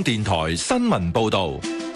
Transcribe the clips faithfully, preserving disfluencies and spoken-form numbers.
港電台新聞報道。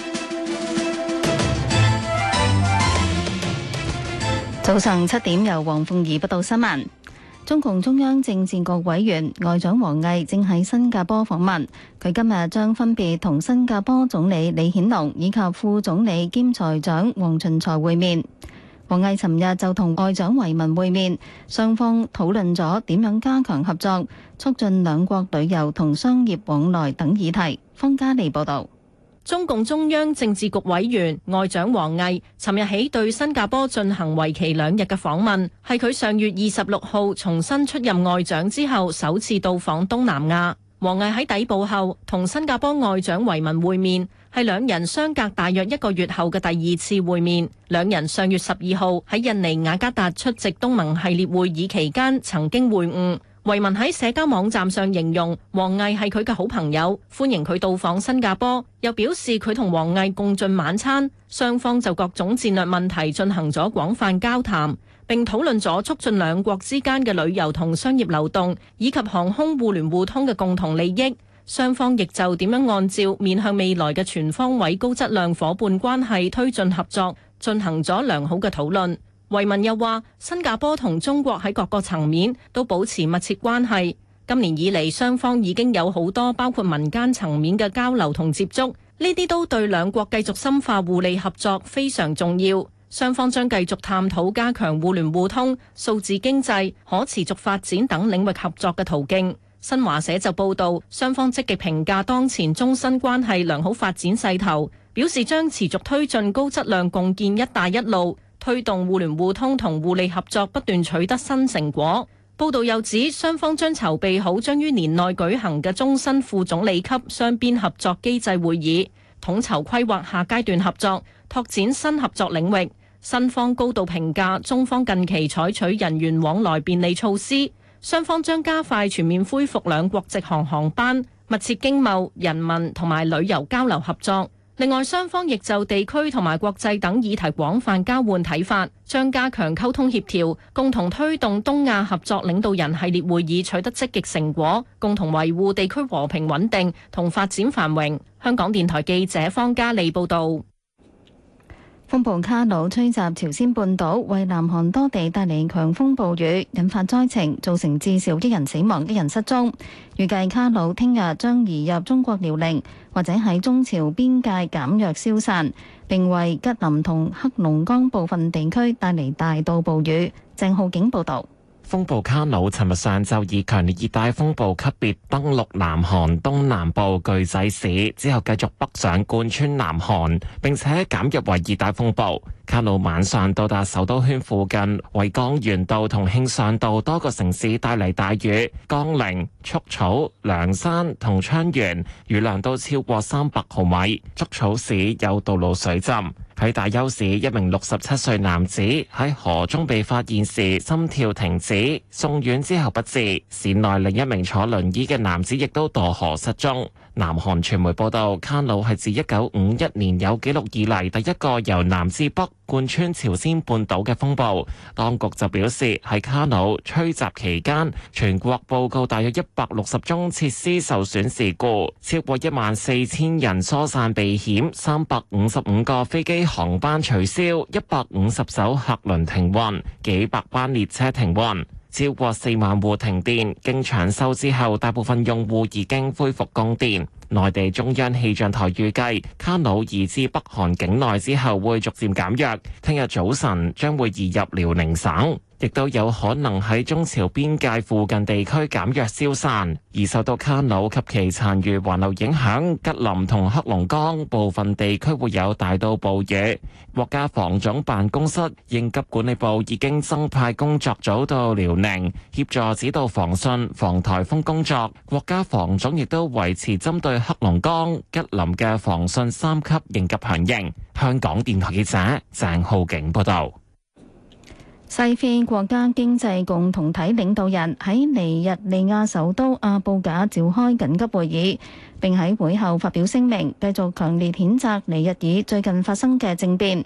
早上七點，由黃鳳儀報道新聞。中共中央政治局委員外長王毅正喺新加坡訪問，佢今日將分別同新加坡總理李顯龍以及副總理兼財長黃循財會面。王毅尋日就同外長維文會面，雙方討論咗點樣加強合作，促進兩國旅遊同商業往來等議題。方嘉利報導。 中共中央政治局委員外長王毅尋日起對新加坡進行為期兩日嘅訪問，係佢上月二十六號重新出任外長之後首次到訪東南亞。王毅喺抵埗後同新加坡外長維文會面，係兩人相隔大約一個月後嘅第二次會面。兩人上月十二號喺印尼雅加達出席東盟系列會議期間曾經會晤。維文喺社交網站上形容王毅係佢嘅好朋友，歡迎佢到訪新加坡，又表示佢同王毅共進晚餐，雙方就各種戰略問題進行咗廣泛交談，並討論咗促進兩國之間嘅旅遊同商業流動，以及航空互聯互通嘅共同利益。雙方亦就點樣按照面向未來嘅全方位高質量伙伴關係推進合作，進行咗良好嘅討論。維文又話，新加坡同中國喺各個層面都保持密切關係。今年以嚟，雙方已經有好多包括民間層面嘅交流同接觸，呢啲都對兩國繼續深化互利合作非常重要。雙方將繼續探討加強互聯互通、數字經濟、可持續發展等領域合作嘅途徑。新華社就報導，雙方積極評價當前中新關係良好發展勢頭，表示將持續推進高質量共建「一帶一路」，推動互聯互通同互利合作不斷取得新成果。報道又指，雙方將籌備好將於年內舉行嘅中新副總理級雙邊合作機制會議，統籌規劃下階段合作，拓展新合作領域。新方高度評價中方近期採取人員往來便利措施，雙方將加快全面恢復兩國直航航班，密切經貿、人民同埋旅遊交流合作。另外，雙方亦就地區同埋國際等議題廣泛交換睇法，將加強溝通協調，共同推動東亞合作領導人系列會議取得積極成果，共同維護地區和平穩定同發展繁榮。香港電台記者方嘉利報導。 風暴卡努吹襲朝鮮半島，為南韓多地帶嚟強風暴雨，引發災情，造成至少一人死亡、一人失蹤。預計卡努聽日將移入中國遼寧，或者喺中朝邊界減弱消散，並為吉林同黑龍江部分地區帶嚟大到暴雨。鄭浩景報導。 風暴卡努尋日上晝以強烈熱帶風暴級別登陸南韓東南部巨濟市，之後繼續北上貫穿南韓，並且減弱為熱帶風暴。卡努晚上到達首都圈附近，為江原道同慶尚道多個城市帶嚟大雨，江陵、束草、涼山同昌原雨量都超過三百毫米，束草市有道路水浸。喺大邱市，一名六十七歲男子喺河中被發現時心跳停止，送院之後不治。市內另一名坐輪椅嘅男子亦都墮河失蹤。南韓傳媒報道，卡努係自一九五一年有紀錄以嚟第一個由南至北貫穿朝鮮半島嘅風暴。當局就表示，喺卡努吹襲期間，全國報告大約一百六十宗設施受損事故，超過一萬四千人疏散避險，三百五十五個飛機航班取消，一百五十艘客輪停運，幾百班列車停運。超過四萬戶停電，經搶修之後，大部分用戶已經恢復供電。內地中央氣象台預計，卡努移至北韓境內之後會逐漸減弱，聽日早晨將會移入遼寧省，亦都有可能喺中朝邊界附近地區減弱消散。而受到卡努及其殘餘環流影響，吉林同黑龍江部分地區會有大到暴雨。國家防總辦公室應急管理部已經增派工作組到遼寧協助指導防汛防颱風工作。國家防總亦都維持針對黑龍江、吉林嘅防汛三級應急響應。香港電台記者鄭浩景報道。 西非國家經濟共同體領導人喺尼日利亞首都阿布賈召開緊急會議，並喺會後發表聲明，繼續強烈譴責尼日爾最近發生嘅政變。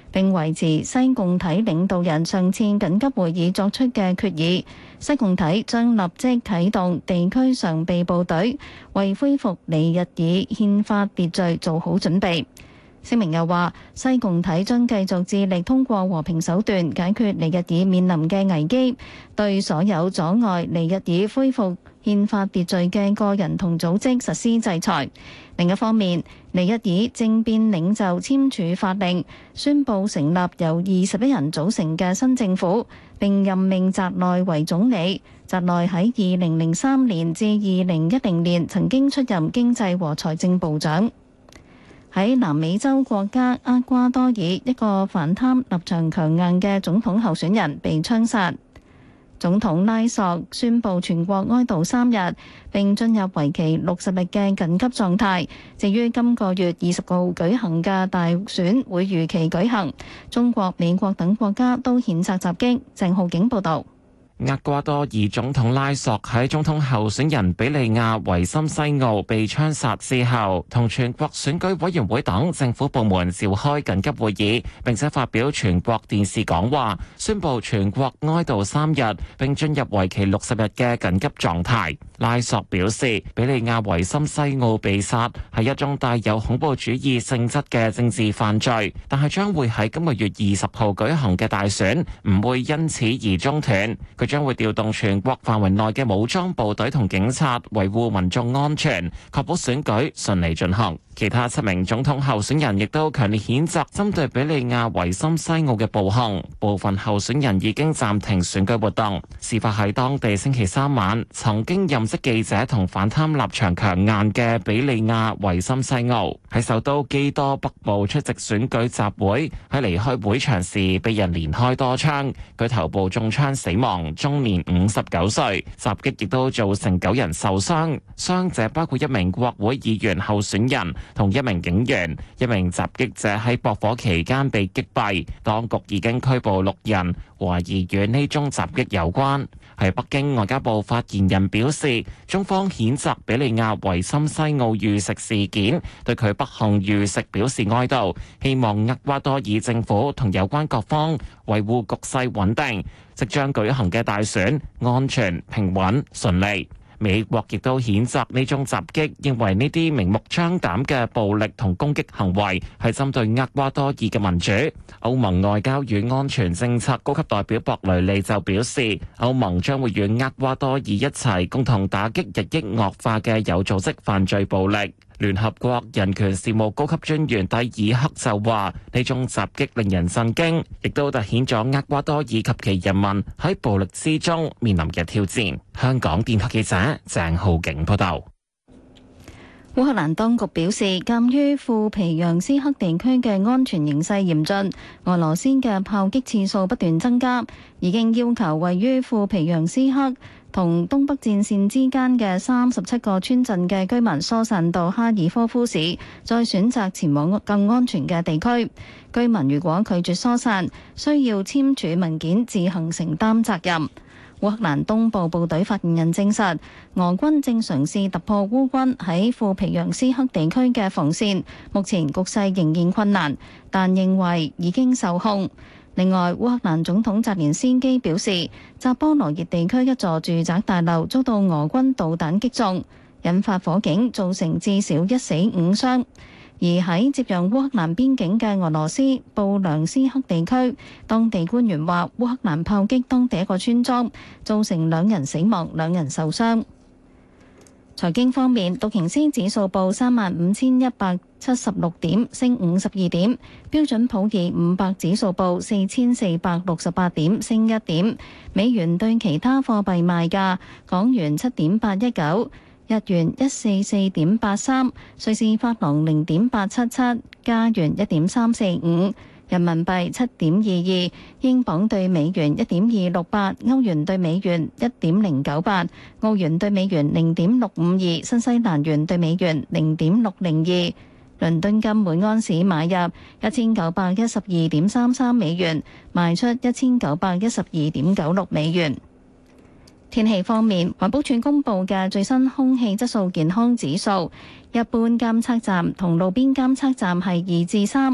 並維持西共體領導人上次緊急會議作出嘅決議。西共體將立即啟動地區常備部隊，為恢復尼日爾憲法秩序做好準備。聲明又話，西共體將繼續致力通過和平手段解決尼日爾面臨嘅危機，對所有阻礙尼日爾恢復憲法秩序嘅個人同組織實施制裁。另一方面，尼日爾政變領袖簽署法令，宣布成立由二十一人組成嘅新政府，並任命澤內為總理。澤內喺二零零三年至二零一零年曾經出任經濟和財政部長。喺南美洲國家厄瓜多爾，一個反貪立場強硬嘅總統候選人被槍殺。總統拉索宣布全國哀悼三日，並進入為期六十日嘅緊急狀態。至於今個月二十號舉行嘅大選會如期舉行，中國、美國等國家都譴責襲擊。鄭浩景報導。 厄瓜多爾總統拉索喺總統候選人比利亞維森西奧被槍殺之後，同全國選舉委員會等政府部門召開緊急會議，並且發表全國電視講話，宣布全國哀悼三日，並進入為期六十日嘅緊急狀態。拉索表示，比利亞維森西奧被殺係一宗帶有恐怖主義性質嘅政治犯罪，但係將會喺今個月二十號舉行嘅大選唔會因此而中斷。佢將會調動全國範圍內嘅武裝部隊同警察，維護民眾安全，確保選舉順利進行。其他七名總統候選人亦都強烈譴責針對比利亞維森西奧嘅暴行，部分候選人已經暫停選舉活動。事發喺當地星期三晚，曾經任職記者同反貪立場強硬嘅比利亞維森西奧喺首都基多北部出席選舉集會，喺離開會場時被人連開多槍，佢頭部中槍死亡，終年五十九歲。襲擊亦都造成九人受傷，傷者包括一名國會議員候選人同一名警員。一名襲擊者喺駁火期間被擊斃，當局已經拘捕六人，懷疑與呢宗襲擊有關。喺北京，外交部發言人表示，中方譴責比利亞維森西奧遇刺事件，對佢不幸遇刺表示哀悼，希望厄瓜多爾政府同有關各方維護局勢穩定，即將舉行嘅大選安全、平穩、順利。美國亦都譴責呢宗襲擊，認為呢啲明目張膽嘅暴力同攻擊行為係針對厄瓜多爾嘅民主。歐盟外交與安全政策高級代表博雷利就表示，歐盟將會與厄瓜多爾一齊共同打擊日益惡化嘅有組織犯罪暴力。聯合國人權事務高級專員蒂爾克就話：呢種襲擊令人震驚，亦都突顯咗厄瓜多爾及其人民喺暴力之中面臨嘅挑戰。香港電台記者鄭浩景報道。 烏克蘭當局表示，鑑於庫皮揚斯克地區嘅安全形勢嚴峻，俄羅斯嘅炮擊次數不斷增加，已經要求位於庫皮揚斯克同東北戰線之間嘅三十七個村鎮嘅居民疏散到哈爾科夫市，再選擇前往更安全嘅地區。居民如果拒絕疏散，需要簽署文件自行承擔責任。烏克蘭東部部隊發言人證實，俄軍正嘗試突破烏軍喺庫皮揚斯克地區嘅防線，目前局勢仍然困難，但認為已經受控。另外，烏克蘭總統澤連斯基表示，扎波羅熱地區一座住宅大樓遭到俄軍導彈擊中，引發火警，造成至少一死五傷。而喺接壤烏克蘭邊境嘅俄羅斯布良斯克地區，當地官員話，烏克蘭炮擊當地一個村莊，造成兩人死亡、兩人受傷。財經方面，道瓊斯指數報三萬五千一百七十六點，升五十二點；標準普爾五百指數報四千四百六十八點，升一點。美元對其他貨幣賣價：港元七點八一九。日元一四四點八三，瑞士法郎零點八七七，加元一點三四五，人民幣七點二二，英鎊對美元一點二六八，歐元對美元一點零九八，澳元對美元零點六五二，新西蘭元對美元零點六零二。倫敦金每安士買入一千九百一十二點三三美元，賣出一千九百一十二點九六美元。天氣方面，環保署公布嘅最新空氣質素健康指數，一般監測站同路邊監測站係二至三，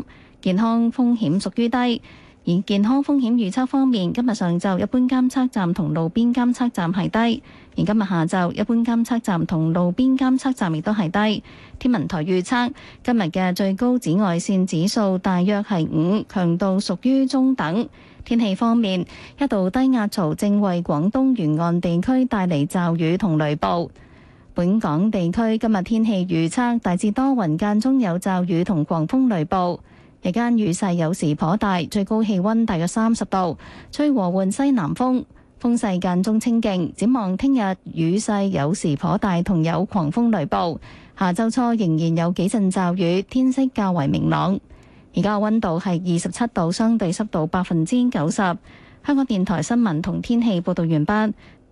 健康風險屬於低。而健康風險預測方面，今日上晝一般監測站同路邊監測站係低，而今日下晝一般監測站同路邊監測站亦都係低。天文台預測今日嘅最高紫外線指數大約係五，強度屬於中等。天氣方面，一道低壓槽正為廣東沿岸地區帶嚟驟雨同雷暴。本港地區今日天氣預測大致多雲，間中有驟雨同狂風雷暴。日間雨勢有時頗大，最高氣溫大約三十度，吹和緩西南風，風勢間中清勁。展望聽日雨勢有時頗大，同有狂風雷暴。下週初仍然有幾陣驟雨，天色較為明朗。而家嘅溫度係二十七度，相對濕度百分之九十。香港電台新聞同天氣報道完畢。